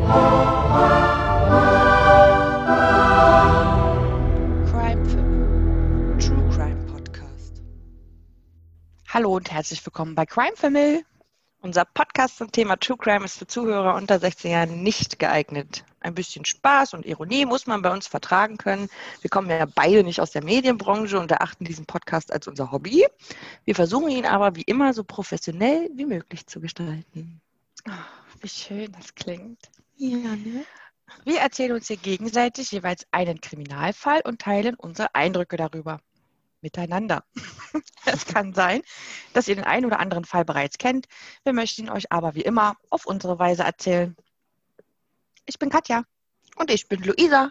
Crime-Film, True Crime Podcast. Hallo und herzlich willkommen bei Crime Family. Unser Podcast zum Thema True Crime ist für Zuhörer unter 16 Jahren nicht geeignet. Ein bisschen Spaß und Ironie muss man bei uns vertragen können. Wir kommen ja beide nicht aus der Medienbranche und erachten diesen Podcast als unser Hobby. Wir versuchen ihn aber wie immer so professionell wie möglich zu gestalten. Wie schön das klingt. Ja, ne? Wir erzählen uns hier gegenseitig jeweils einen Kriminalfall und teilen unsere Eindrücke darüber. Miteinander. Es kann sein, dass ihr den einen oder anderen Fall bereits kennt. Wir möchten ihn euch aber wie immer auf unsere Weise erzählen. Ich bin Katja. Und ich bin Luisa.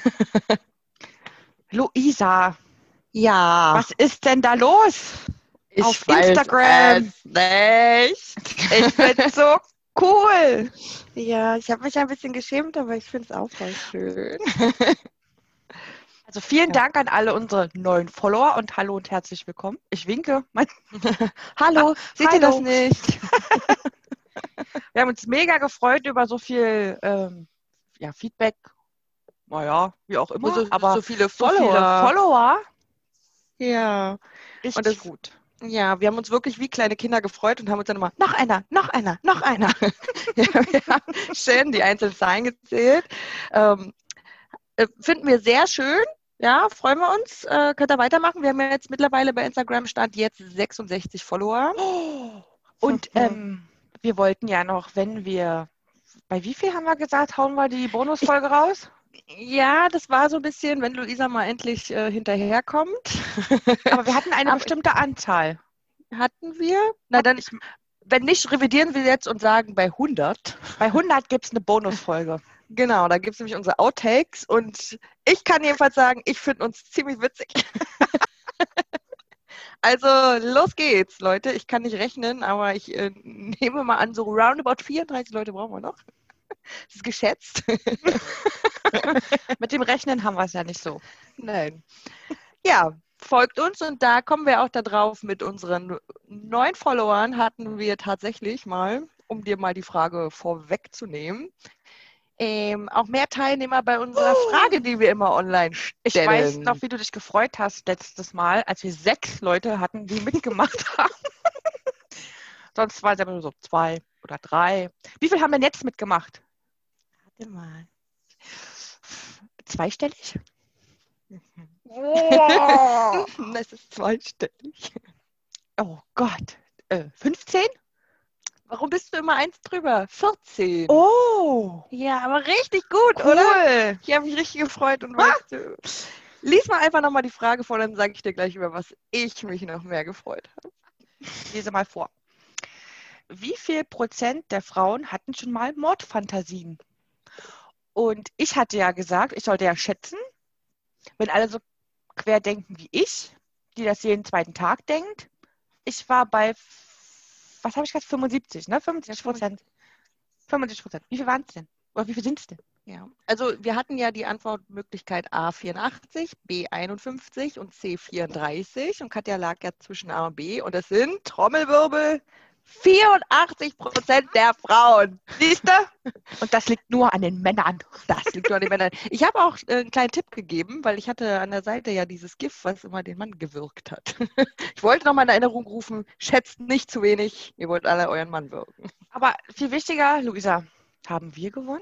Luisa, Ja, was ist denn da los? ich auf weiß Instagram. es nicht. Ich bin so cool. Ja, ich habe mich ein bisschen geschämt, aber ich finde es auch voll schön. Also vielen Ja. Dank an alle unsere neuen Follower und hallo und herzlich willkommen. Ich winke. Hallo, seht ihr das hallo. nicht? Wir haben uns mega gefreut über so viel Feedback. Naja, wie auch immer. Aber so viele so viele Follower. Follower. Ja. Richtig Und das- gut. Ja, wir haben uns wirklich wie kleine Kinder gefreut und haben uns dann immer, noch einer, noch einer, noch einer. Ja, wir haben schön die einzelnen Zahlen gezählt. Finden wir sehr schön. Ja, freuen wir uns. Könnt ihr weitermachen. Wir haben ja jetzt mittlerweile bei Instagram Stand jetzt 66 Follower. Und wir wollten ja noch, bei wie viel haben wir gesagt, hauen wir die Bonusfolge raus? Ja, das war so ein bisschen, wenn Luisa mal endlich hinterherkommt. Aber wir hatten eine Aber- bestimmte Anzahl. Hatten wir? Na dann, wenn nicht, revidieren wir jetzt und sagen bei 100. Bei 100 gibt es eine Bonusfolge. Genau, da gibt es nämlich unsere Outtakes und ich kann jedenfalls sagen, ich finde uns ziemlich witzig. Also los geht's, Leute. Ich kann nicht rechnen, aber ich nehme mal an, so roundabout 34 Leute brauchen wir noch. Das ist geschätzt. Mit dem Rechnen haben wir es ja nicht so. Nein. Ja, folgt uns und da kommen wir auch da drauf. Mit unseren 9 Followern hatten wir tatsächlich mal, um dir mal die Frage vorwegzunehmen, auch mehr Teilnehmer bei unserer Frage, die wir immer online stellen. Ich weiß noch, wie du dich gefreut hast letztes Mal, als wir 6 Leute hatten, die mitgemacht haben. Sonst waren es aber nur so 2 oder 3. Wie viel haben denn jetzt mitgemacht? Warte mal. Zweistellig? Oh, es ist zweistellig. Oh Gott. 15? Warum bist du immer eins drüber? 14. Oh, Ja, aber richtig gut, cool. oder? Ich habe mich richtig gefreut und weißt du, lies mal einfach nochmal die Frage vor, dann sage ich dir gleich, über was ich mich noch mehr gefreut habe. Ich lese mal vor. Wie viel Prozent der Frauen hatten schon mal Mordfantasien? Und ich hatte ja gesagt, ich sollte ja schätzen, wenn alle so quer denken wie ich, die das jeden zweiten Tag denkt. Ich war bei, was habe ich gesagt, 75, ne? 75%. 75%. Wie viel waren es denn? Oder wie viel sind es denn? Ja, also wir hatten ja die Antwortmöglichkeit A 84, B 51 und C 34 und Katja lag ja zwischen A und B und es sind, Trommelwirbel, 84% der Frauen. Siehst du? Und das liegt nur an den Männern. Das liegt nur an den Männern. Ich habe auch einen kleinen Tipp gegeben, weil ich hatte an der Seite ja dieses GIF, was immer den Mann gewürgt hat. Ich wollte nochmal in Erinnerung rufen, schätzt nicht zu wenig, ihr wollt alle euren Mann würgen. Aber viel wichtiger, Luisa, haben wir gewonnen?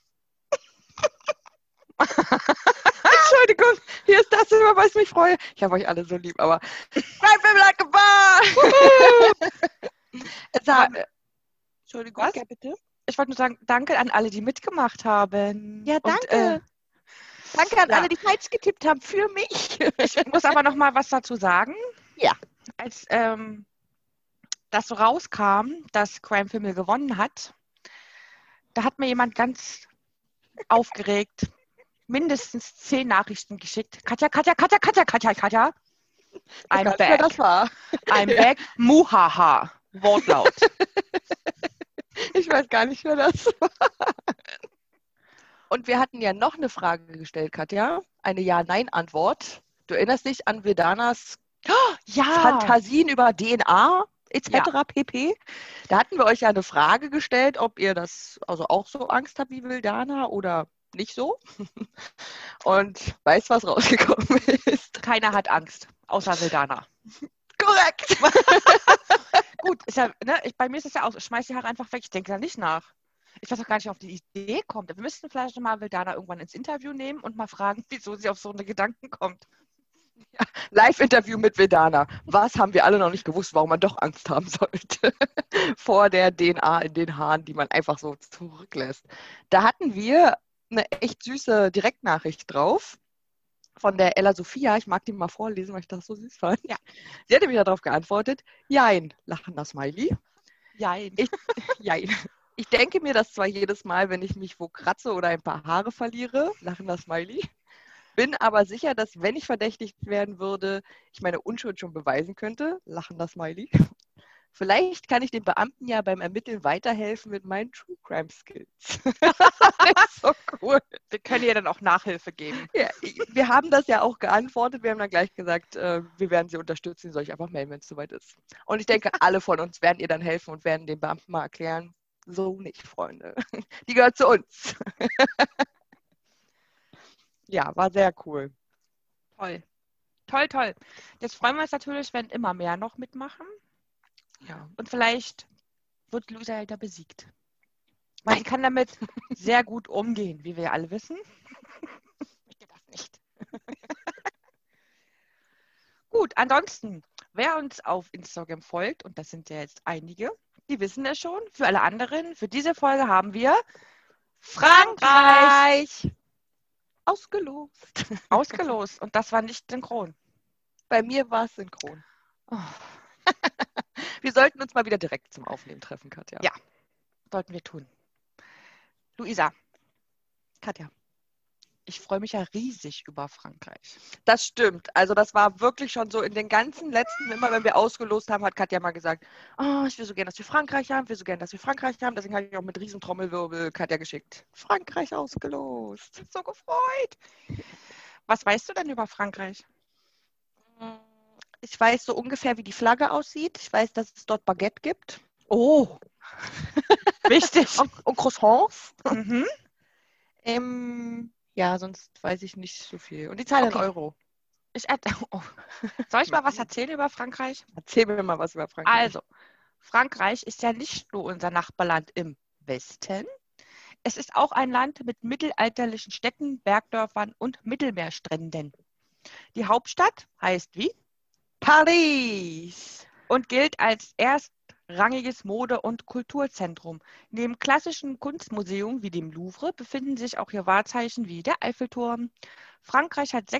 Entschuldigung, hier ist das, über was ich mich freue. Ich habe euch alle so lieb, aber Crime Family hat gewonnen! Es haben, Entschuldigung, Was? ja, bitte. Ich wollte nur sagen, danke an alle, die mitgemacht haben. Ja, danke. Und, Danke an ja. alle, die falsch getippt haben für mich. ich muss aber noch mal was dazu sagen. Ja. Als das so rauskam, dass Crime Family gewonnen hat, da hat mir jemand ganz aufgeregt mindestens 10 Nachrichten geschickt. Katja, Katja, Katja, Katja, Katja, Katja. I'm Egal, wer back. das war. I'm back. Muhaha. Wortlaut. Ich weiß gar nicht, wer das war. Und wir hatten ja noch eine Frage gestellt, Katja. Eine Ja-Nein-Antwort. Du erinnerst dich an Vedanas Ja. Fantasien über DNA? etc. pp. Da hatten wir euch ja eine Frage gestellt, ob ihr das also auch so Angst habt wie Vildana oder nicht so. Und weißt, was rausgekommen ist? Keiner hat Angst, außer Vildana. Korrekt! Gut, ist ja, ne, bei mir ist es ja auch, ich schmeiß die Haare einfach weg, ich denke da nicht nach. Ich weiß auch gar nicht, auf die Idee kommt. Wir müssten vielleicht mal Vildana irgendwann ins Interview nehmen und mal fragen, wieso sie auf so eine Gedanken kommt. Ja, Live-Interview mit Vildana. Was haben wir alle noch nicht gewusst, warum man doch Angst haben sollte vor der DNA in den Haaren, die man einfach so zurücklässt? Da hatten wir eine echt süße Direktnachricht drauf von der Ella Sophia. Ich mag die mal vorlesen, weil ich das so süß fand. Ja. Sie hatte mir darauf geantwortet, jein, lachender Smiley. Jein. Jein. Ich denke mir das zwar jedes Mal, wenn ich mich wo kratze oder ein paar Haare verliere, lachender Smiley. Bin aber sicher, dass wenn ich verdächtigt werden würde, ich meine Unschuld schon beweisen könnte, lachender Smiley. Vielleicht kann ich den Beamten ja beim Ermitteln weiterhelfen mit meinen True Crime Skills. Das ist so cool. Wir können ihr dann auch Nachhilfe geben. Ja, wir haben das ja auch geantwortet. Wir haben dann gleich gesagt, wir werden Sie unterstützen. Sie soll sich einfach melden, wenn es soweit ist. Und ich denke, alle von uns werden ihr dann helfen und werden den Beamten mal erklären, so nicht, Freunde. Die gehört zu uns. Ja, war sehr cool. Toll. Toll, toll. Jetzt freuen wir uns natürlich, wenn immer mehr noch mitmachen. Ja. Und vielleicht wird Luisa Helder besiegt. Weil sie kann damit sehr gut umgehen, wie wir ja alle wissen. Ich das nicht. Gut, ansonsten, wer uns auf Instagram folgt, und das sind ja jetzt einige, die wissen es schon. Für alle anderen, für diese Folge haben wir Frankreich Ausgelost. ausgelost. Und das war nicht synchron. Bei mir war es synchron. Oh, Wir sollten uns mal wieder direkt zum Aufnehmen treffen, Katja. Ja. sollten wir tun. Luisa, Katja. ich freue mich ja riesig über Frankreich. Das stimmt. Also das war wirklich schon so in den ganzen letzten, immer wenn wir ausgelost haben, hat Katja mal gesagt, oh, ich will so gerne, dass wir Frankreich haben, ich will so gerne, dass wir Frankreich haben. Deswegen habe ich auch mit riesen Trommelwirbel Katja geschickt. Frankreich ausgelost. So gefreut. Was weißt du denn über Frankreich? Ich weiß so ungefähr, wie die Flagge aussieht. Ich weiß, dass es dort Baguette gibt. Oh, wichtig. Und Croissants. Mhm. Ja, sonst weiß ich nicht so viel. Und die Zahl in Okay. Euro. Oh. Soll ich mal was erzählen über Frankreich? Erzähl mir mal was über Frankreich. Also, Frankreich ist ja nicht nur unser Nachbarland im Westen. Es ist auch ein Land mit mittelalterlichen Städten, Bergdörfern und Mittelmeerstränden. Die Hauptstadt heißt wie? Paris. Und gilt als erstrangiges Mode- und Kulturzentrum. Neben klassischen Kunstmuseen wie dem Louvre befinden sich auch hier Wahrzeichen wie der Eiffelturm. Frankreich hat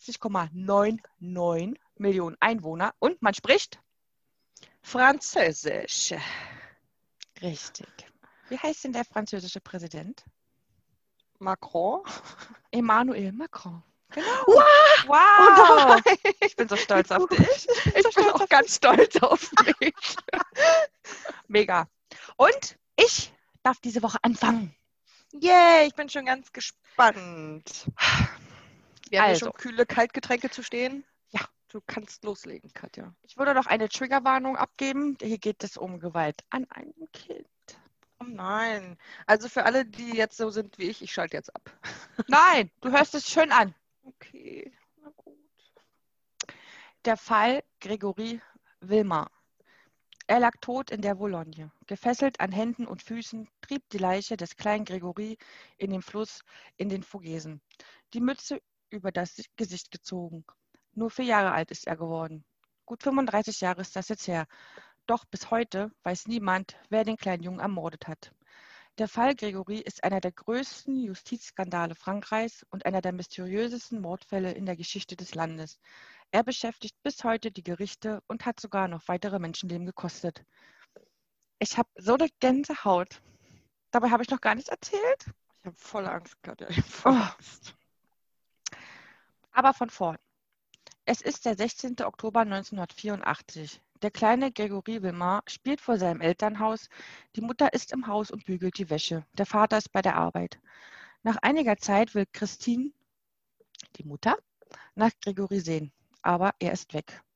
66,99 Millionen Einwohner und man spricht Französisch. richtig. Wie heißt denn der französische Präsident? Macron. Emmanuel Macron. Genau. Wow! Wow! Ich bin so stolz auf dich. Ich bin auch ganz stolz auf mich. Mega. Und ich darf diese Woche anfangen. Yay, ich bin schon ganz gespannt. Wir haben hier Also. schon kühle Kaltgetränke zu stehen. Ja. Du kannst loslegen, Katja. Ich würde noch eine Triggerwarnung abgeben. Hier geht es um Gewalt an einem Kind. Oh nein. Also für alle, die jetzt so sind wie ich schalte jetzt ab. Nein, du hörst es schön an. Okay, na gut. Der Fall Gregory Wilmar. Er lag tot in der Vologne. Gefesselt an Händen und Füßen trieb die Leiche des kleinen Gregory in den Fluss in den Vogesen. Die Mütze über das Gesicht gezogen. Nur 4 Jahre alt ist er geworden. Gut 35 Jahre ist das jetzt her. Doch bis heute weiß niemand, wer den kleinen Jungen ermordet hat. Der Fall Gregory ist einer der größten Justizskandale Frankreichs und einer der mysteriösesten Mordfälle in der Geschichte des Landes. Er beschäftigt bis heute die Gerichte und hat sogar noch weitere Menschenleben gekostet. Ich habe so eine Gänsehaut. Dabei habe ich noch gar nichts erzählt. Ich habe voll Angst, Katja. Ich habe voll Angst. Aber von vorn. Es ist der 16. Oktober 1984. Der kleine Gregory Wilmar spielt vor seinem Elternhaus. Die Mutter ist im Haus und bügelt die Wäsche. Der Vater ist bei der Arbeit. Nach einiger Zeit will Christine, die Mutter, nach Gregory sehen. Aber er ist weg.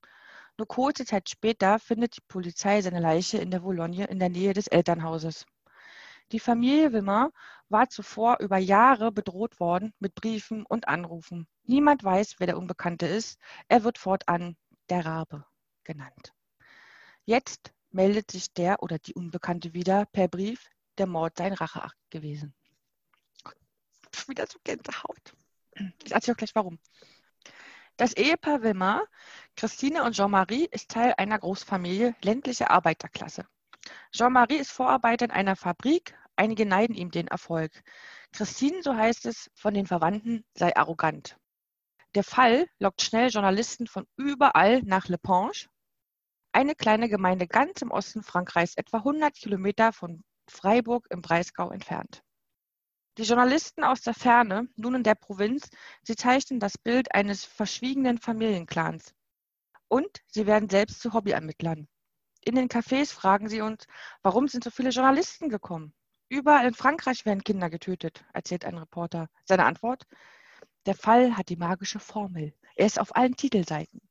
Nur kurze Zeit später findet die Polizei seine Leiche in der Vologne in der Nähe des Elternhauses. Die Familie Wimmer war zuvor über Jahre bedroht worden mit Briefen und Anrufen. Niemand weiß, wer der Unbekannte ist. Er wird fortan der Rabe genannt. Jetzt meldet sich der oder die Unbekannte wieder per Brief, der Mord sei ein Racheakt gewesen. Wieder so Gänsehaut. Ich erzähle euch gleich warum. Das Ehepaar Wimmer, Christine und Jean-Marie, ist Teil einer Großfamilie ländlicher Arbeiterklasse. Jean-Marie ist Vorarbeiter in einer Fabrik, einige neiden ihm den Erfolg. Christine, so heißt es von den Verwandten, sei arrogant. Der Fall lockt schnell Journalisten von überall nach Le Pange, eine kleine Gemeinde ganz im Osten Frankreichs, etwa 100 Kilometer von Freiburg im Breisgau entfernt. Die Journalisten aus der Ferne, nun in der Provinz, sie zeichnen das Bild eines verschwiegenen Familienclans. Und sie werden selbst zu Hobbyermittlern. In den Cafés fragen sie uns, warum sind so viele Journalisten gekommen? Überall in Frankreich werden Kinder getötet, erzählt ein Reporter. Seine Antwort? Der Fall hat die magische Formel. Er ist auf allen Titelseiten.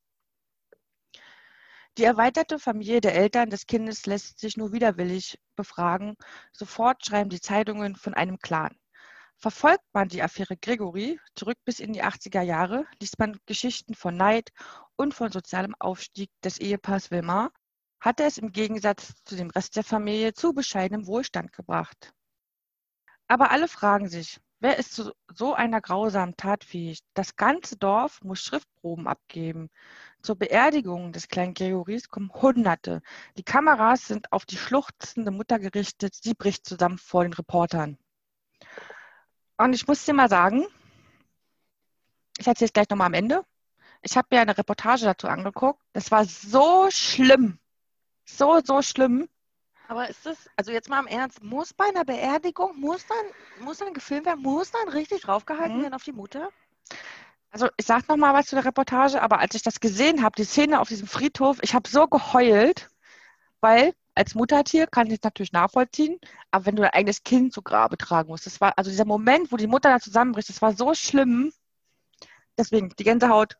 Die erweiterte Familie der Eltern des Kindes lässt sich nur widerwillig befragen. Sofort schreiben die Zeitungen von einem Clan. Verfolgt man die Affäre Gregory zurück bis in die 80er Jahre, liest man Geschichten von Neid und von sozialem Aufstieg des Ehepaars Wimmer, hatte es im Gegensatz zu dem Rest der Familie zu bescheidenem Wohlstand gebracht. Aber alle fragen sich, wer ist zu so einer grausamen Tat fähig? Das ganze Dorf muss Schriftproben abgeben. Zur Beerdigung des kleinen Gregoris kommen Hunderte. Die Kameras sind auf die schluchzende Mutter gerichtet. Sie bricht zusammen vor den Reportern. Und ich muss dir mal sagen, ich erzähle es gleich nochmal am Ende. Ich habe mir eine Reportage dazu angeguckt. Das war so schlimm. So schlimm. Aber ist das, also jetzt mal im Ernst, muss bei einer Beerdigung, muss dann gefilmt werden, muss dann richtig draufgehalten werden auf die Mutter? Also ich sage nochmal was zu der Reportage, aber als ich das gesehen habe, die Szene auf diesem Friedhof, ich habe so geheult, weil als Muttertier kann ich es natürlich nachvollziehen, aber wenn du dein eigenes Kind zu Grabe tragen musst, das war, also dieser Moment, wo die Mutter da zusammenbricht, das war so schlimm. Deswegen, die Gänsehaut,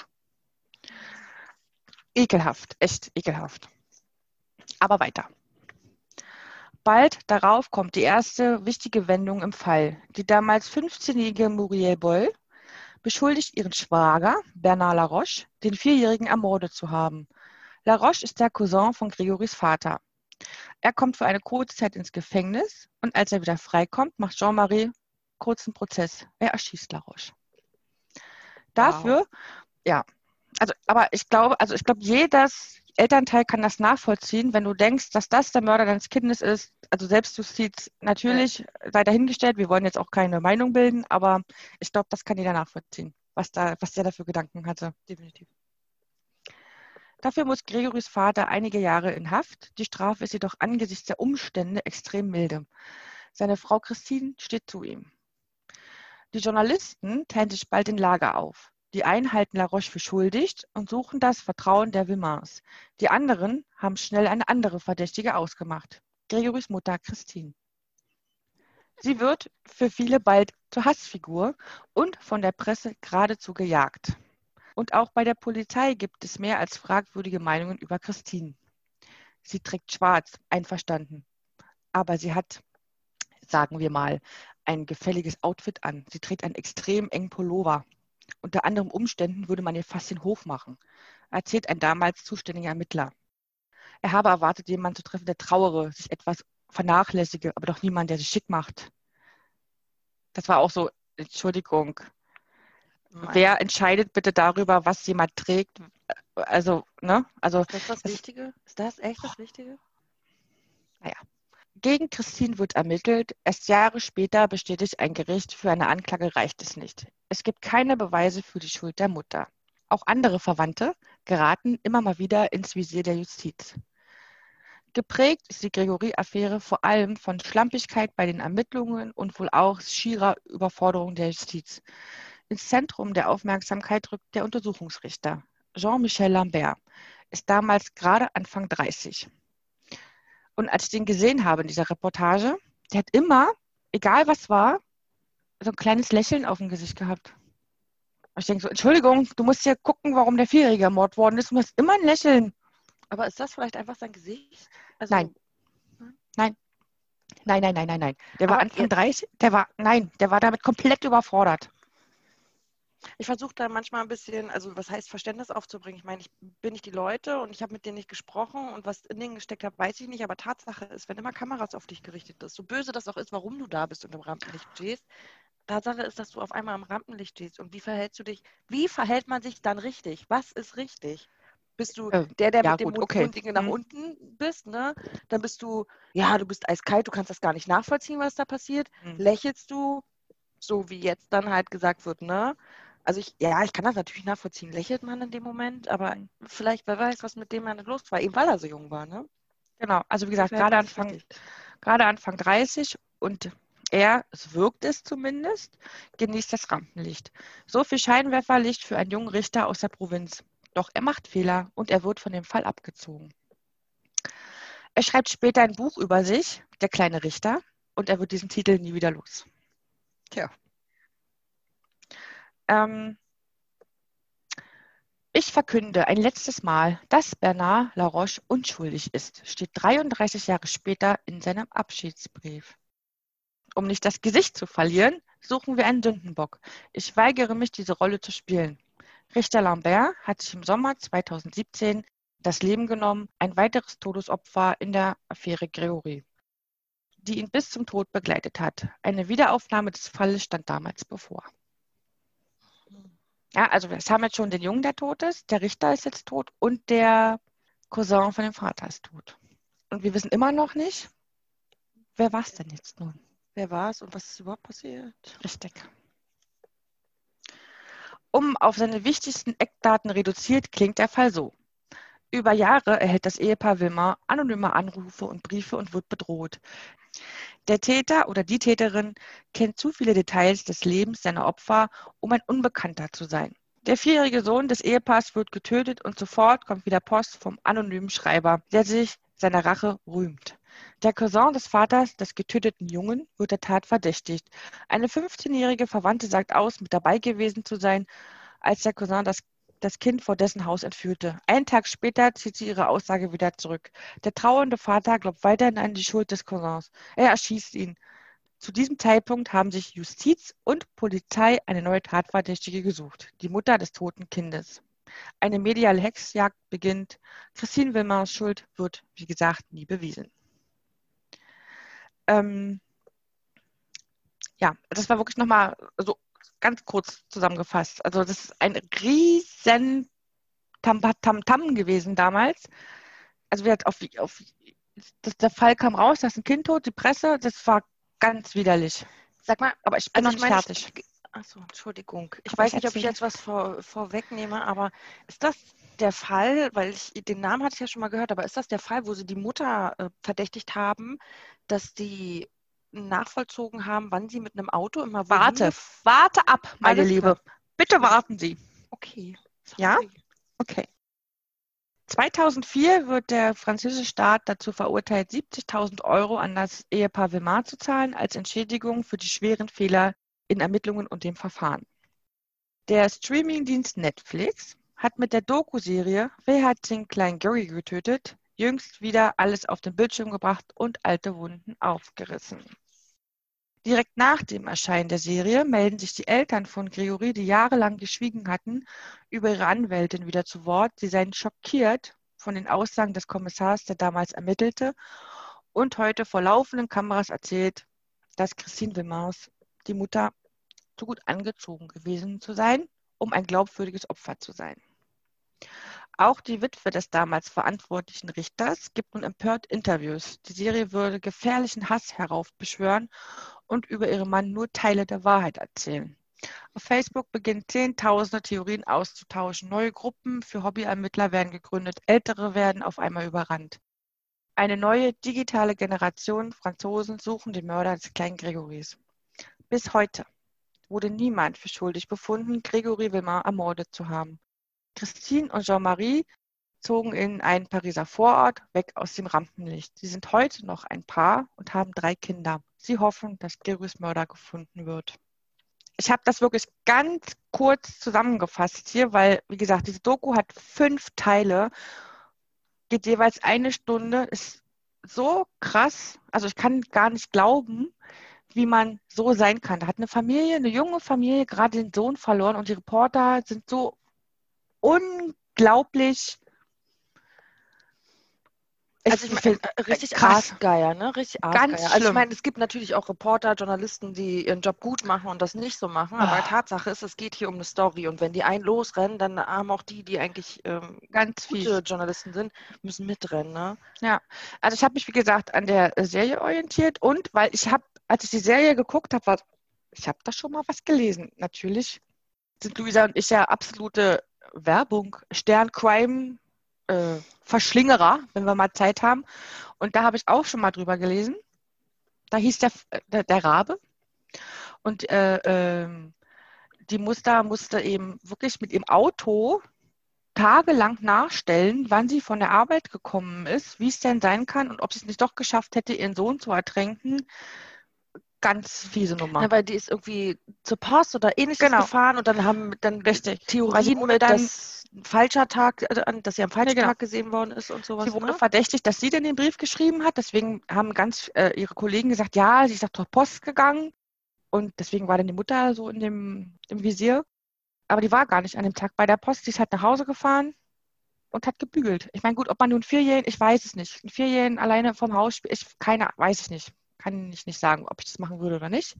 ekelhaft, echt ekelhaft. Aber weiter. Bald darauf kommt die erste wichtige Wendung im Fall. Die damals 15-jährige Muriel Boll beschuldigt ihren Schwager, Bernard Laroche, den Vierjährigen ermordet zu haben. Laroche ist der Cousin von Gregorys Vater. Er kommt für eine kurze Zeit ins Gefängnis und als er wieder freikommt, macht Jean-Marie kurzen Prozess. Er erschießt Laroche. Dafür, Wow. ja, aber ich glaube, jedes Elternteil kann das nachvollziehen, wenn du denkst, dass das der Mörder deines Kindes ist. Also Selbstjustiz natürlich sei dahingestellt. Wir wollen jetzt auch keine Meinung bilden, aber ich glaube, das kann jeder nachvollziehen, was der dafür Gedanken hatte. Definitiv. Dafür muss Gregorys Vater einige Jahre in Haft. Die Strafe ist jedoch angesichts der Umstände extrem milde. Seine Frau Christine steht zu ihm. Die Journalisten teilen sich bald in Lager auf. Die einen halten Laroche für schuldig und suchen das Vertrauen der Wimmers. Die anderen haben schnell eine andere Verdächtige ausgemacht. Gregorys Mutter Christine. Sie wird für viele bald zur Hassfigur und von der Presse geradezu gejagt. Und auch bei der Polizei gibt es mehr als fragwürdige Meinungen über Christine. Sie trägt schwarz, einverstanden. Aber sie hat, sagen wir mal, ein gefälliges Outfit an. Sie trägt einen extrem engen Pullover. Unter anderen Umständen würde man ihr fast den Hof machen, erzählt ein damals zuständiger Ermittler. Er habe erwartet, jemanden zu treffen, der trauere, sich etwas vernachlässige, aber doch niemand, der sich schick macht. Das war auch so, Entschuldigung, wer entscheidet bitte darüber, was jemand trägt? Also, ne? Also, ist das Wichtige? Ist das echt das Wichtige? Naja. Gegen Christine wird ermittelt. Erst Jahre später bestätigt ein Gericht, für eine Anklage reicht es nicht. Es gibt keine Beweise für die Schuld der Mutter. Auch andere Verwandte geraten immer mal wieder ins Visier der Justiz. Geprägt ist die Gregory-Affäre vor allem von Schlampigkeit bei den Ermittlungen und wohl auch schierer Überforderung der Justiz. Ins Zentrum der Aufmerksamkeit rückt der Untersuchungsrichter. Jean-Michel Lambert ist damals gerade Anfang 30. Und als ich den gesehen habe in dieser Reportage, der hat immer, egal was war, so ein kleines Lächeln auf dem Gesicht gehabt. Ich denke so, Entschuldigung, du musst ja gucken, warum der Vierjährige ermordet worden ist. Du musst immer ein Lächeln. Aber ist das vielleicht einfach sein Gesicht? Nein, Also, nein, nein. Der war aber Anfang 30, der war damit komplett überfordert. ich versuche da manchmal ein bisschen, also was heißt Verständnis aufzubringen? Ich meine, ich bin nicht die Leute und ich habe mit denen nicht gesprochen und was in denen gesteckt hat, weiß ich nicht. Aber Tatsache ist, wenn immer Kameras auf dich gerichtet ist, so böse das auch ist, warum du da bist und im Rampenlicht stehst, Tatsache ist, dass du auf einmal im Rampenlicht stehst. Und wie verhältst du dich? Wie verhält man sich dann richtig? Was ist richtig? Bist du der Ja, mit dem gut, okay. Mundwinkel nach unten bist, ne? Dann bist du, ja, du bist eiskalt, du kannst das gar nicht nachvollziehen, was da passiert. Lächelst du, so wie jetzt dann halt gesagt wird, ne? Also ich kann das natürlich nachvollziehen. Lächelt man in dem Moment, aber vielleicht, wer weiß, was mit dem dann los war, eben weil er so jung war, ne? Genau, also wie Wie gesagt, verhält man sich richtig? gerade Anfang 30 und es wirkt es zumindest, genießt das Rampenlicht. So viel Scheinwerferlicht für einen jungen Richter aus der Provinz. Doch er macht Fehler und er wird von dem Fall abgezogen. Er schreibt später ein Buch über sich, Der kleine Richter, und er wird diesen Titel nie wieder los. Tja. Ähm, Ich verkünde ein letztes Mal, dass Bernard Laroche unschuldig ist, steht 33 Jahre später in seinem Abschiedsbrief. Um nicht das Gesicht zu verlieren, suchen wir einen Sündenbock. Ich weigere mich, diese Rolle zu spielen. Richter Lambert hat sich im Sommer 2017 das Leben genommen, ein weiteres Todesopfer in der Affäre Gregory, die ihn bis zum Tod begleitet hat. Eine Wiederaufnahme des Falles stand damals bevor. Ja, also wir haben jetzt schon den Jungen, der tot ist, der Richter ist jetzt tot und der Cousin von dem Vater ist tot. Und wir wissen immer noch nicht, wer war es denn jetzt nun? Wer war es und was ist überhaupt passiert? Richtig. Auf seine wichtigsten Eckdaten reduziert, klingt der Fall so. Über Jahre erhält das Ehepaar Wilmer anonyme Anrufe und Briefe und wird bedroht. Der Täter oder die Täterin kennt zu viele Details des Lebens seiner Opfer, um ein Unbekannter zu sein. Der vierjährige Sohn des Ehepaars wird getötet und sofort kommt wieder Post vom anonymen Schreiber, der sich seiner Rache rühmt. Der Cousin des Vaters des getöteten Jungen wird der Tat verdächtigt. Eine 15-jährige Verwandte sagt aus, mit dabei gewesen zu sein, als der Cousin das Kind vor dessen Haus entführte. Einen Tag später zieht sie ihre Aussage wieder zurück. Der trauernde Vater glaubt weiterhin an die Schuld des Cousins. Er erschießt ihn. Zu diesem Zeitpunkt haben sich Justiz und Polizei eine neue Tatverdächtige gesucht, die Mutter des toten Kindes. Eine mediale Hexjagd beginnt. Christine Wilmers Schuld wird, wie gesagt, nie bewiesen. Ja, das war wirklich nochmal so ganz kurz zusammengefasst. Also das ist ein riesen Tamtam gewesen damals. Also der Fall kam raus, da ist ein Kind tot, die Presse, das war ganz widerlich. Sag mal, Aber ich bin noch nicht fertig. Achso, Entschuldigung. Ich Aber weiß nicht, ob ich jetzt was vorwegnehme, aber ist das der Fall, weil den Namen hatte ich ja schon mal gehört, aber ist das der Fall, wo sie die Mutter verdächtigt haben, dass die nachvollzogen haben, wann sie mit einem Auto immer wohin Warte ab, meine Alles Liebe. klar. Bitte warten Sie. Okay. Sorry. Ja? Okay. 2004 wird der französische Staat dazu verurteilt, 70.000 Euro an das Ehepaar Wilmar zu zahlen, als Entschädigung für die schweren Fehler in Ermittlungen und dem Verfahren. Der Streamingdienst Netflix hat mit der Doku-Serie Wer hat den kleinen Gary getötet? Jüngst wieder alles auf den Bildschirm gebracht und alte Wunden aufgerissen. Direkt nach dem Erscheinen der Serie melden sich die Eltern von Gregory, die jahrelang geschwiegen hatten, über ihre Anwältin wieder zu Wort. Sie seien schockiert von den Aussagen des Kommissars, der damals ermittelte und heute vor laufenden Kameras erzählt, dass Christine Wilmers, die Mutter, zu gut angezogen gewesen zu sein, um ein glaubwürdiges Opfer zu sein. Auch die Witwe des damals verantwortlichen Richters gibt nun empört Interviews. Die Serie würde gefährlichen Hass heraufbeschwören und über ihren Mann nur Teile der Wahrheit erzählen. Auf Facebook beginnen Zehntausende Theorien auszutauschen. Neue Gruppen für Hobbyermittler werden gegründet, ältere werden auf einmal überrannt. Eine neue digitale Generation Franzosen suchen den Mörder des kleinen Gregorys. Bis heute wurde niemand für schuldig befunden, Gregory Wilmar ermordet zu haben. Christine und Jean-Marie zogen in einen Pariser Vorort weg aus dem Rampenlicht. Sie sind heute noch ein Paar und haben 3 Kinder. Sie hoffen, dass Gregorys Mörder gefunden wird. ich habe das wirklich ganz kurz zusammengefasst hier, weil, wie gesagt, diese Doku hat 5 Teile, geht jeweils 1 Stunde, ist so krass. Also ich kann gar nicht glauben, wie man so sein kann. Da hat eine Familie, eine junge Familie, gerade den Sohn verloren und die Reporter sind so unglaublich. Also ich meine, richtig krass, Aasgeier, ne? Richtig ganz Aasgeier. Also ich schlimm. meine, es gibt natürlich auch Reporter, Journalisten, die ihren Job gut machen und das nicht so machen, aber Ah, Tatsache ist, es geht hier um eine Story und wenn die einen losrennen, dann haben auch die, die eigentlich ganz gute fies. Journalisten sind, müssen mitrennen, ne? Ja, also ich habe mich, wie gesagt, an der Serie orientiert und weil ich habe, als ich die Serie geguckt habe, ich habe da schon mal was gelesen. Natürlich sind Luisa und ich ja absolute Werbung, Stern-Crime, Verschlingerer, wenn wir mal Zeit haben. Und da habe ich auch schon mal drüber gelesen. Da hieß der Rabe und die musste eben wirklich mit ihrem Auto tagelang nachstellen, wann sie von der Arbeit gekommen ist, wie es denn sein kann und ob sie es nicht doch geschafft hätte, ihren Sohn zu ertränken. Ganz fiese Nummer. Ja, weil die ist irgendwie zur Post oder ähnliches Genau, gefahren und dann haben dann richtig. Weil sie Theorien wurde mit, dann, dass ein falscher Tag, dass sie am ja falschen genau, Tag gesehen worden ist und sie sowas, wurde ne? verdächtigt, dass sie denn den Brief geschrieben hat. Deswegen haben ganz ihre Kollegen gesagt, ja, sie ist doch zur Post gegangen. Und deswegen war dann die Mutter so im Visier. Aber die war gar nicht an dem Tag bei der Post. Sie ist halt nach Hause gefahren und hat gebügelt. Ich meine, gut, ob man nun 4-Jährigen, ich weiß es nicht. Ein 4-Jährigen alleine vom Haus spielt, weiß ich nicht. Kann ich nicht sagen, ob ich das machen würde oder nicht.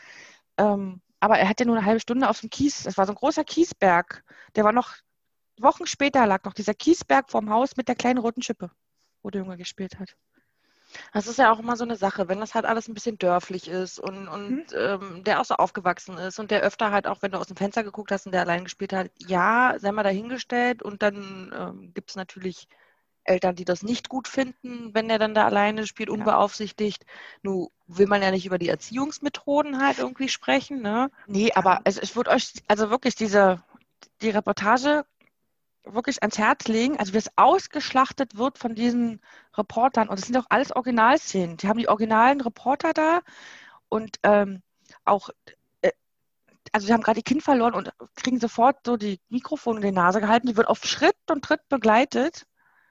Aber er hat ja nur eine halbe Stunde auf dem Kies. Das war so ein großer Kiesberg. Der war noch, Wochen später lag noch dieser Kiesberg vorm Haus mit der kleinen roten Schippe, wo der Junge gespielt hat. Das ist ja auch immer so eine Sache, wenn das halt alles ein bisschen dörflich ist und Hm? der auch so aufgewachsen ist und der öfter halt auch, wenn du aus dem Fenster geguckt hast und der allein gespielt hat, ja, sei mal dahingestellt und dann gibt es natürlich Eltern, die das nicht gut finden, wenn der dann da alleine spielt, Ja. unbeaufsichtigt. Nun will man ja nicht über die Erziehungsmethoden halt irgendwie sprechen, ne? Nee, aber ich würde euch, also wirklich die Reportage wirklich ans Herz legen, also wie es ausgeschlachtet wird von diesen Reportern. Und es sind auch alles Originalszenen. Die haben die originalen Reporter da und auch, äh, also sie haben gerade ihr Kind verloren und kriegen sofort so die Mikrofone in die Nase gehalten. Die wird auf Schritt und Tritt begleitet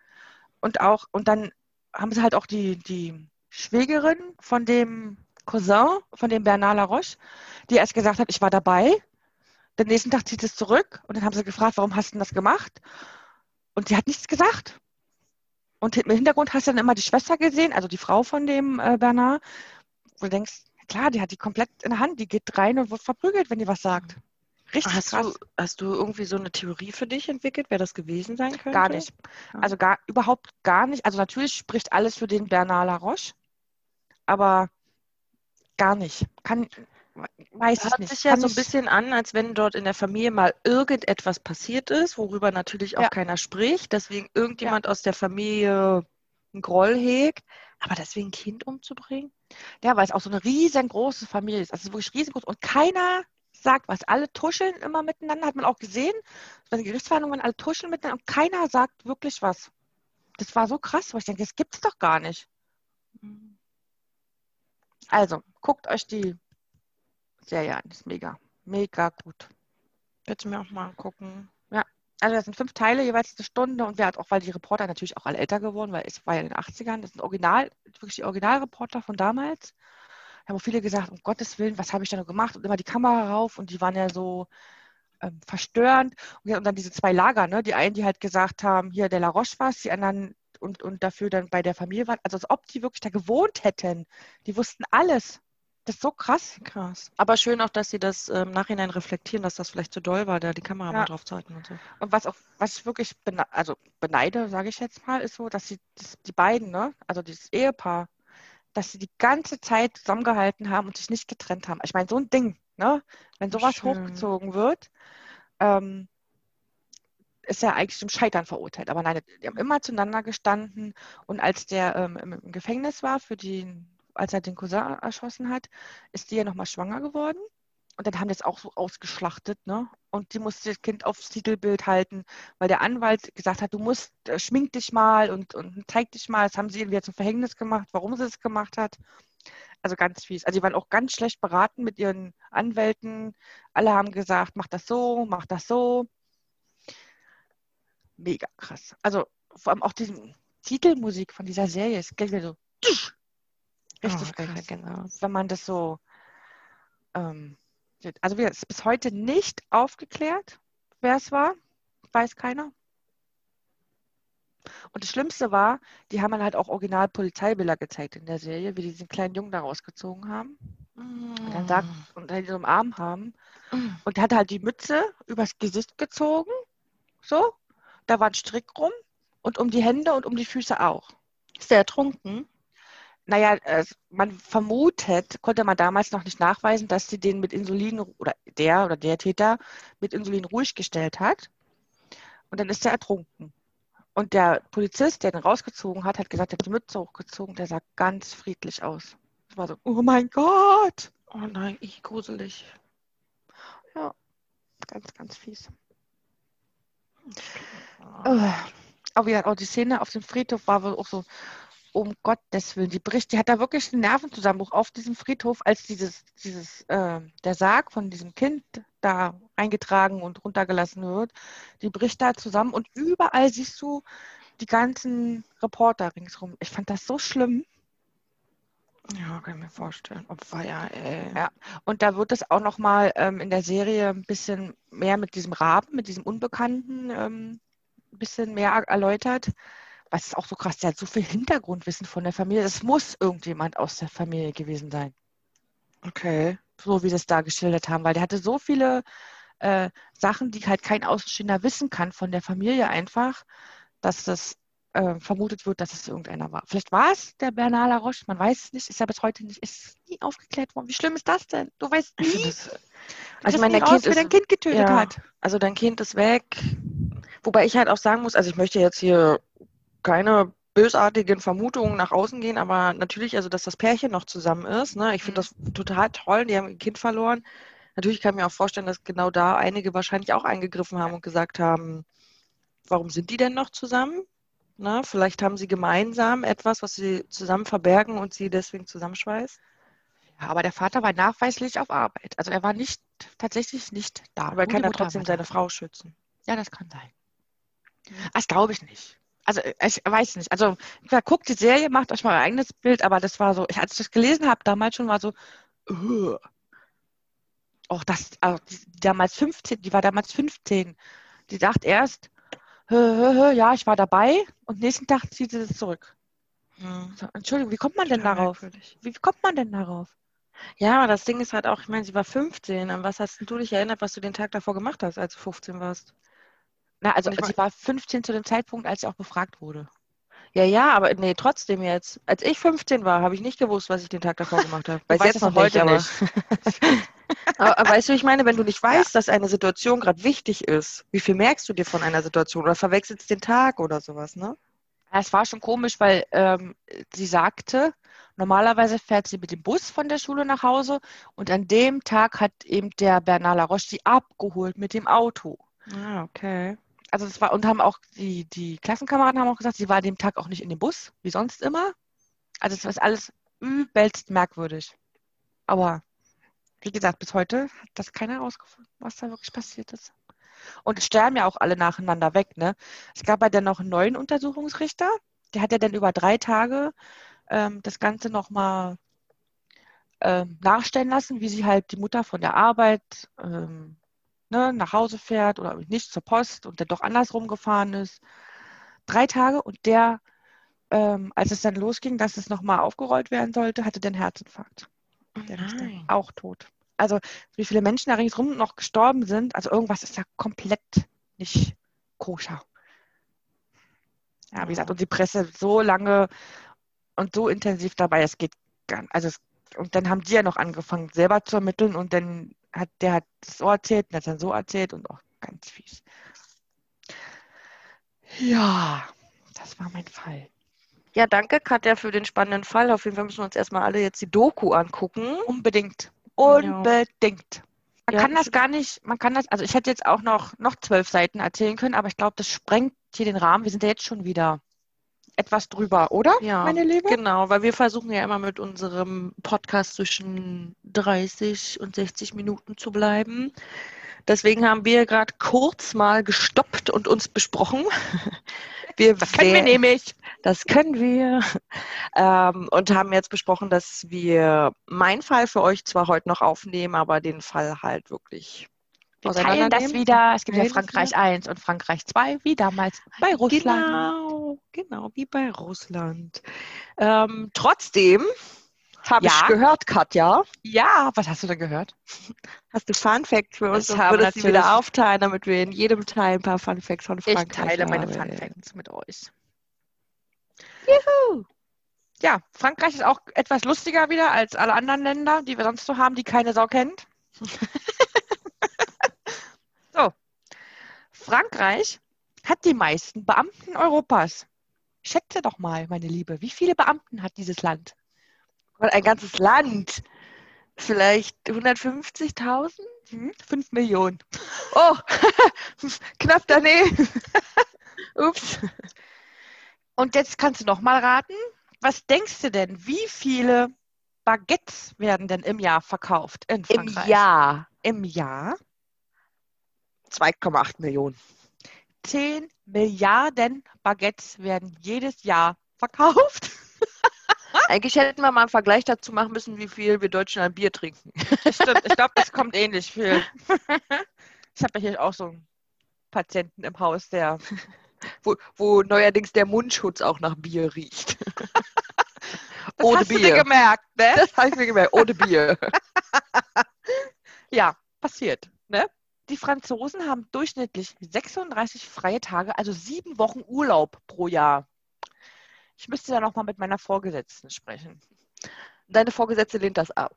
und dann haben sie halt auch die Schwägerin von dem Cousin, von dem Bernard Laroche, die erst gesagt hat, ich war dabei. Den nächsten Tag zieht es zurück und dann haben sie gefragt, warum hast du denn das gemacht? Und sie hat nichts gesagt. Und im Hintergrund hast du dann immer die Schwester gesehen, also die Frau von dem Bernard, wo du denkst, klar, die hat die komplett in der Hand, die geht rein und wird verprügelt, wenn die was sagt. Richtig krass. Hast du irgendwie so eine Theorie für dich entwickelt, wer das gewesen sein Gar könnte? nicht. Also überhaupt gar nicht. Also natürlich spricht alles für den Bernard Laroche, aber gar nicht. Weiß ich Hört nicht. sich ja so ein bisschen an, als wenn dort in der Familie mal irgendetwas passiert ist, worüber natürlich auch Ja, keiner spricht, deswegen ja. irgendjemand aus der Familie einen Groll hegt, aber deswegen ein Kind umzubringen? Ja, weil es auch so eine riesengroße Familie ist. Also es ist wirklich riesengroß und keiner sagt was. Alle tuscheln immer miteinander, hat man auch gesehen. Bei den Gerichtsverhandlungen, alle tuscheln miteinander und keiner sagt wirklich was. Das war so krass, weil ich denke, das gibt es doch gar nicht. Also, guckt euch die Serie an. Die ist mega, mega gut. Willst du mir auch mal angucken? Ja, also das sind 5 Teile, jeweils 1 Stunde und wer hat auch, weil die Reporter natürlich auch alle älter geworden, weil es war ja in den 80ern, das sind wirklich die Originalreporter von damals. Da haben auch viele gesagt, um Gottes Willen, was habe ich da noch gemacht? Und immer die Kamera rauf und die waren ja so verstörend. Und dann diese 2 Lager, ne? Die einen, die halt gesagt haben, hier der La Roche war's, die anderen und dafür dann bei der Familie waren. Also als ob die wirklich da gewohnt hätten. Die wussten alles. Das ist so krass. Krass. Aber schön auch, dass sie das im Nachhinein reflektieren, dass das vielleicht zu doll war, da die Kamera mal Ja. drauf zu halten und so. Und was ich wirklich beneide, sage ich jetzt mal, ist so, dass die beiden, ne, also dieses Ehepaar, dass sie die ganze Zeit zusammengehalten haben und sich nicht getrennt haben. Ich meine, so ein Ding, ne, wenn sowas Schön. hochgezogen wird, ähm, ist ja eigentlich zum Scheitern verurteilt. Aber nein, die haben immer zueinander gestanden. Und als der im Gefängnis war, als er den Cousin erschossen hat, ist die ja nochmal schwanger geworden. Und dann haben die es auch so ausgeschlachtet, ne? Und die musste das Kind aufs Titelbild halten, weil der Anwalt gesagt hat, du musst, schmink dich mal und zeig dich mal. Das haben sie ihr wieder zum Verhängnis gemacht, warum sie es gemacht hat. Also ganz fies. Also die waren auch ganz schlecht beraten mit ihren Anwälten. Alle haben gesagt, mach das so, mach das so. Mega krass. Also vor allem auch die Titelmusik von dieser Serie ist gleich wieder so richtig krass. Genau. Wenn man das so, also es ist bis heute nicht aufgeklärt, wer es war. Weiß keiner. Und das Schlimmste war, die haben dann halt auch original Polizeibilder gezeigt in der Serie, wie die diesen kleinen Jungen da rausgezogen haben. Und dann sagt, und dann die so im Arm haben. Und der hatte halt die Mütze übers Gesicht gezogen. So. Da war ein Strick rum. Und um die Hände und um die Füße auch. Ist der ertrunken? Naja, man vermutet, konnte man damals noch nicht nachweisen, dass sie den mit Insulin oder der Täter mit Insulin ruhig gestellt hat. Und dann ist er ertrunken. Und der Polizist, der den rausgezogen hat, hat gesagt, er hat die Mütze hochgezogen, der sah ganz friedlich aus. Das war so, oh mein Gott. Oh nein, ich gruselig. Ja, ganz, ganz fies. Oh. Aber ja, auch die Szene auf dem Friedhof war wohl auch so, um Gottes Willen, die hat da wirklich einen Nervenzusammenbruch auf diesem Friedhof, als der Sarg von diesem Kind da eingetragen und runtergelassen wird. Die bricht da zusammen und überall siehst du die ganzen Reporter ringsrum. Ich fand das so schlimm. Ja, kann ich mir vorstellen. Obweia, ey. Ja, und da wird es auch nochmal in der Serie ein bisschen mehr mit diesem Raben, mit diesem Unbekannten, ein bisschen mehr erläutert. Was ist auch so krass, der hat so viel Hintergrundwissen von der Familie. Es muss irgendjemand aus der Familie gewesen sein. Okay. So wie sie es da geschildert haben, weil der hatte so viele Sachen, die halt kein Außenstehender wissen kann von der Familie einfach, dass das vermutet wird, dass es irgendeiner war. Vielleicht war es der Bernard Laroche, man weiß es nicht, ist ja bis heute nicht, ist nie aufgeklärt worden. Wie schlimm ist das denn? Du weißt nie, Ich finde das. du Also ich kriegst meine, nie dein raus, Kind wer ist. dein Kind getötet Ja, hat. also dein Kind ist weg. Wobei ich halt auch sagen muss, also ich möchte jetzt hier keine bösartigen Vermutungen nach außen gehen, aber natürlich, also dass das Pärchen noch zusammen ist, ne? Ich finde das total toll, die haben ihr Kind verloren. Natürlich kann ich mir auch vorstellen, dass genau da einige wahrscheinlich auch eingegriffen haben und gesagt haben, warum sind die denn noch zusammen? Ne? Vielleicht haben sie gemeinsam etwas, was sie zusammen verbergen und sie deswegen zusammenschweißt. Ja, aber der Vater war nachweislich auf Arbeit. Also er war tatsächlich nicht da. Aber er Nur die kann ja Mutter trotzdem war da. seine Frau schützen. Ja, das kann sein. Das glaube ich nicht. Also ich weiß nicht. Also guckt die Serie, macht euch mal euer eigenes Bild, aber das war so, als ich das gelesen habe, damals schon war so, uh. Auch das, also die war damals 15. Die sagt erst, ja, ich war dabei und nächsten Tag zieht sie das zurück. So, Entschuldigung, wie kommt man denn Total darauf? merkwürdig. Wie kommt man denn darauf? Ja, aber das Ding ist halt auch, ich meine, sie war 15. An was hast denn du dich erinnert, was du den Tag davor gemacht hast, als du 15 warst? Na, also Und ich meine, sie war 15 zu dem Zeitpunkt, als sie auch befragt wurde. ja, aber nee, trotzdem jetzt. Als ich 15 war, habe ich nicht gewusst, was ich den Tag davor gemacht habe. Du Weiß weißt jetzt es noch auch nicht, heute aber, nicht. aber weißt du, ich meine, wenn du nicht Ja. weißt, dass eine Situation gerade wichtig ist, wie viel merkst du dir von einer Situation oder verwechselst den Tag oder sowas, ne? Es war schon komisch, weil sie sagte, normalerweise fährt sie mit dem Bus von der Schule nach Hause und an dem Tag hat eben der Bernard Laroche sie abgeholt mit dem Auto. Ah, okay. Also das war, und haben auch die Klassenkameraden haben auch gesagt, sie war an dem Tag auch nicht in dem Bus, wie sonst immer. Also es ist alles übelst merkwürdig. Aber wie gesagt, bis heute hat das keiner herausgefunden, was da wirklich passiert ist. Und es sterben ja auch alle nacheinander weg, ne? Es gab ja dann noch einen neuen Untersuchungsrichter, der hat ja dann über 3 Tage das Ganze nochmal nachstellen lassen, wie sie halt die Mutter von der Arbeit nach Hause fährt oder nicht zur Post und dann doch andersrum gefahren ist. 3 Tage und als es dann losging, dass es nochmal aufgerollt werden sollte, hatte der einen Herzinfarkt. Oh Der Richter nein. auch tot. Also wie viele Menschen da ringsrum noch gestorben sind, also irgendwas ist da komplett nicht koscher. Ja, wie gesagt, und die Presse so lange und so intensiv dabei, es geht gar nicht. Und dann haben die ja noch angefangen, selber zu ermitteln und dann hat der das so erzählt und hat dann so erzählt und auch ganz fies. Ja, das war mein Fall. Ja, danke, Katja, für den spannenden Fall. Auf jeden Fall müssen wir uns erstmal alle jetzt die Doku angucken. Unbedingt. Ja. Unbedingt. Man Ja, kann das gar nicht, also ich hätte jetzt auch noch 12 Seiten erzählen können, aber ich glaube, das sprengt hier den Rahmen. Wir sind ja jetzt schon wieder etwas drüber, oder, Ja, meine Liebe? genau, weil wir versuchen ja immer mit unserem Podcast zwischen 30 und 60 Minuten zu bleiben. Deswegen haben wir gerade kurz mal gestoppt und uns besprochen. Das können wir nämlich. Das können wir. Und haben jetzt besprochen, dass wir meinen Fall für euch zwar heute noch aufnehmen, aber den Fall halt wirklich Wir teilen das auseinandernehmen. wieder. Es gibt ja Teilen das Frankreich 1 und Frankreich 2, wie damals bei Russland. Genau, wie bei Russland. Trotzdem habe ich Ja, gehört, Katja, ja, was hast du denn gehört? hast du Fun Facts für uns Ich und habe würdest sie natürlich, wieder aufteilen, damit wir in jedem Teil ein paar Fun Facts von ich Frankreich teile meine Fun haben. Facts mit euch. Juhu! Ja, Frankreich ist auch etwas lustiger wieder als alle anderen Länder, die wir sonst so haben, die keine Sau kennt. So, Frankreich hat die meisten Beamten Europas. Schätze doch mal, meine Liebe, wie viele Beamten hat dieses Land? Und ein ganzes Land. Vielleicht 150.000? 5 Millionen. Oh, knapp daneben. Ups. Und jetzt kannst du noch mal raten, was denkst du denn, wie viele Baguettes werden denn im Jahr verkauft in Im Frankreich? Jahr Im Jahr 2,8 Millionen. 10 Milliarden Baguettes werden jedes Jahr verkauft. Eigentlich hätten wir mal einen Vergleich dazu machen müssen, wie viel wir Deutschen an Bier trinken. Das stimmt, ich glaube, das kommt ähnlich viel. Ich habe ja hier auch so einen Patienten im Haus, der Wo neuerdings der Mundschutz auch nach Bier riecht. Das Ohne hast du dir Bier. gemerkt, ne? Das habe ich mir gemerkt, ohne Bier. Ja, passiert, ne? Die Franzosen haben durchschnittlich 36 freie Tage, also 7 Wochen Urlaub pro Jahr. Ich müsste da noch mal mit meiner Vorgesetzten sprechen. Deine Vorgesetzte lehnt das ab.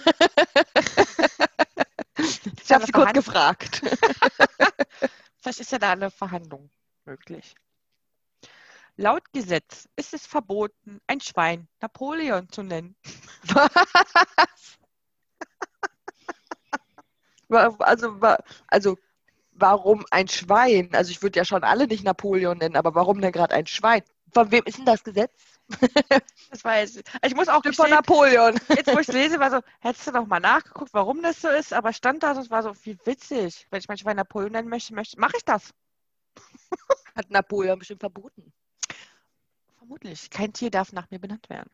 Ist Ich da habe eine sie kurz Verhand- gefragt. Vielleicht ist ja da eine Verhandlung möglich. Laut Gesetz ist es verboten, ein Schwein Napoleon zu nennen. Was? Also warum ein Schwein? Also ich würde ja schon alle nicht Napoleon nennen, aber warum denn gerade ein Schwein? Von wem ist denn das Gesetz? Das weiß ich. Ich muss auch Von gestehen, Napoleon. jetzt wo ich es lese, war so, hättest du noch mal nachgeguckt, warum das so ist, aber stand da, das war so, wie witzig. Wenn ich mein Schwein Napoleon nennen möchte, mache ich das. Hat Napoleon bestimmt verboten. Vermutlich. Kein Tier darf nach mir benannt werden.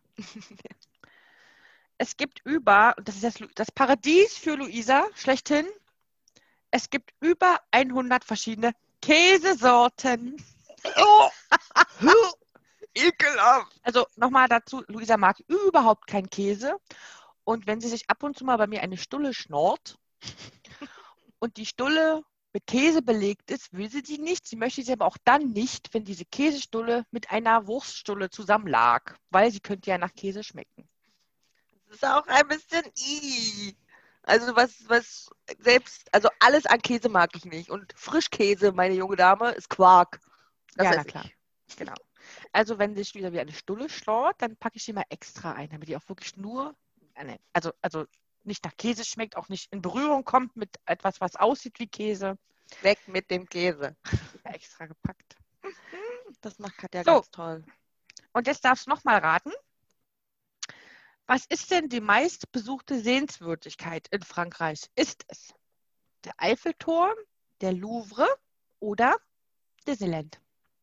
Es gibt das ist jetzt das Paradies für Luisa, schlechthin, es gibt über 100 verschiedene Käsesorten. Oh, ekelhaft. Also nochmal dazu, Luisa mag überhaupt keinen Käse. Und wenn sie sich ab und zu mal bei mir eine Stulle schnort und die Stulle mit Käse belegt ist, will sie die nicht. Sie möchte sie aber auch dann nicht, wenn diese Käsestulle mit einer Wurststulle zusammen lag, weil sie könnte ja nach Käse schmecken. Das ist auch ein bisschen Also also alles an Käse mag ich nicht. Und Frischkäse, meine junge Dame, ist Quark. Das Ja, na esse klar. ich. Genau. Also wenn sich wieder wie eine Stulle schlort, dann packe ich die mal extra ein, damit die auch wirklich nur, also nicht nach Käse schmeckt, auch nicht in Berührung kommt mit etwas, was aussieht wie Käse. Weg mit dem Käse. Ja, extra gepackt. Das macht Katja So. ganz toll. Und jetzt darfst du noch mal raten. Was ist denn die meistbesuchte Sehenswürdigkeit in Frankreich? Ist es der Eiffelturm, der Louvre oder Disneyland?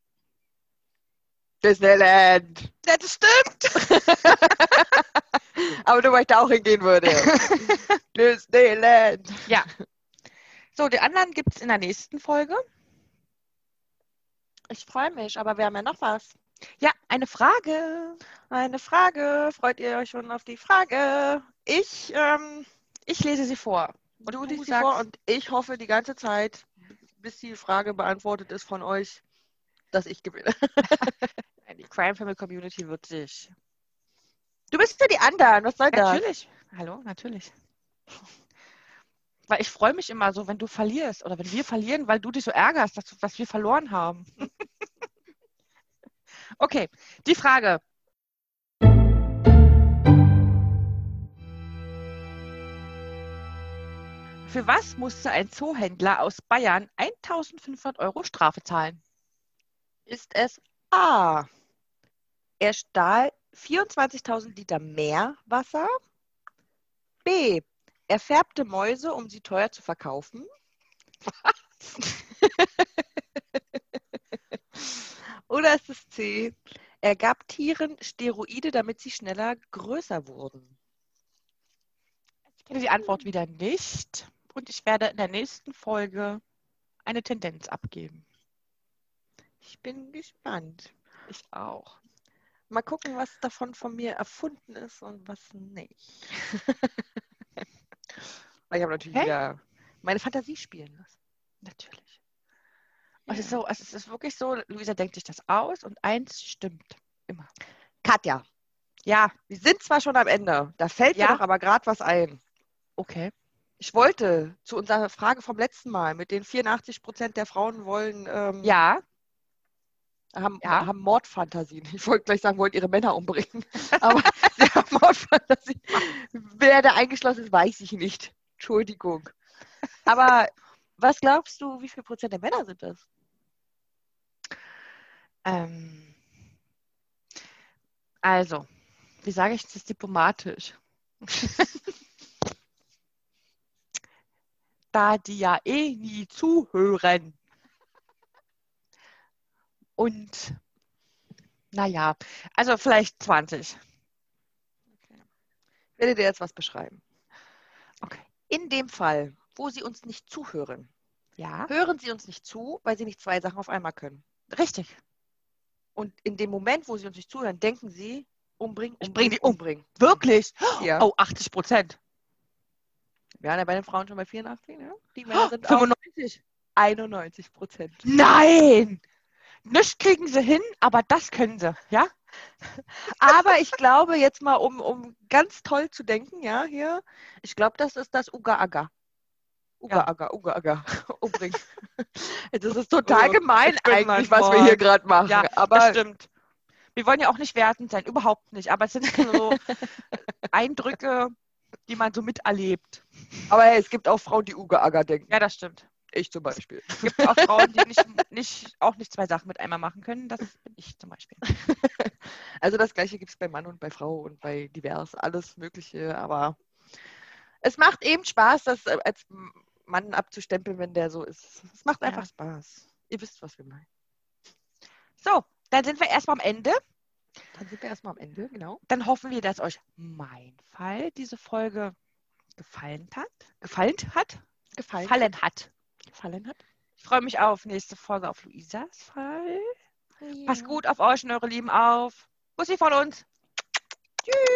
Disneyland. Das stimmt. Aber nur, weil ich da auch hingehen würde. Disneyland. Ja. So, die anderen gibt es in der nächsten Folge. Ich freue mich, aber wir haben ja noch was. Ja, eine Frage. Eine Frage. Freut ihr euch schon auf die Frage? Ich lese sie vor. Und Du liest sie sagst, vor und ich hoffe die ganze Zeit, bis die Frage beantwortet ist von euch, dass ich gewinne. die Crime Family Community wird sich. Du bist ja die anderen. Was soll das? Natürlich. Hallo, natürlich. Weil ich freue mich immer so, wenn du verlierst oder wenn wir verlieren, weil du dich so ärgerst, dass wir verloren haben. Okay, die Frage. Für was musste ein Zoohändler aus Bayern 1.500 € Strafe zahlen? Ist es A. Er stahl 24.000 Liter Meerwasser. B. Er färbte Mäuse, um sie teuer zu verkaufen. Oder ist es C? Er gab Tieren Steroide, damit sie schneller größer wurden. Ich kenne die Antwort wieder nicht und ich werde in der nächsten Folge eine Tendenz abgeben. Ich bin gespannt. Ich auch. Mal gucken, was davon von mir erfunden ist und was nicht. Ich habe natürlich wieder meine Fantasie spielen lassen. Natürlich. Ja. Es ist wirklich so, Luisa denkt sich das aus und eins stimmt immer. Katja, Ja, wir sind zwar schon am Ende, da fällt mir Ja. doch aber gerade was ein. okay. Ich wollte zu unserer Frage vom letzten Mal mit den 84% der Frauen wollen, Ja, haben Mordfantasien. Ich wollte gleich sagen, wollen ihre Männer umbringen. Aber sie haben Mordfantasien. Wer da eingeschlossen ist, weiß ich nicht. Entschuldigung. Aber was glaubst du, wie viel Prozent der Männer sind das? Also, wie sage ich das diplomatisch? Da die ja eh nie zuhören. Und naja, also vielleicht 20. Ich werde dir jetzt was beschreiben. Okay. In dem Fall, wo sie uns nicht zuhören, Ja, hören sie uns nicht zu, weil sie nicht zwei Sachen auf einmal können. richtig. Und in dem Moment, wo sie uns nicht zuhören, denken sie, umbringen, Ich bring die um. umbringen. Wirklich? Ja. Oh, 80%. Wir waren ja bei den Frauen schon bei 84, ne? Die Männer sind 95. auf 91%. Nein! Nichts kriegen sie hin, aber das können sie, ja? Aber ich glaube, jetzt mal, um ganz toll zu denken, ja, hier, ich glaube, das ist das Uga-Aga. Uga-Aga, Uga-Aga, umbringen. Das ist total gemein eigentlich, was wir hier gerade machen. Ja, aber das stimmt. Wir wollen ja auch nicht wertend sein, überhaupt nicht. Aber es sind so Eindrücke, die man so miterlebt. Aber hey, es gibt auch Frauen, die Uga-Aga denken. Ja, das stimmt. Ich zum Beispiel. Es gibt auch Frauen, die auch nicht zwei Sachen mit einmal machen können. Das bin ich zum Beispiel. Also das Gleiche gibt es bei Mann und bei Frau und bei divers, alles Mögliche. Aber es macht eben Spaß, das als Mann abzustempeln, wenn der so ist. Es macht einfach Spaß. Ihr wisst, was wir meinen. So, dann sind wir erstmal am Ende. Genau. Dann hoffen wir, dass euch mein Fall, diese Folge, gefallen hat. Ich freue mich auf nächste Folge auf Luisas Fall. Ja. Passt gut auf euch und eure Lieben auf. Bussi von uns. Tschüss.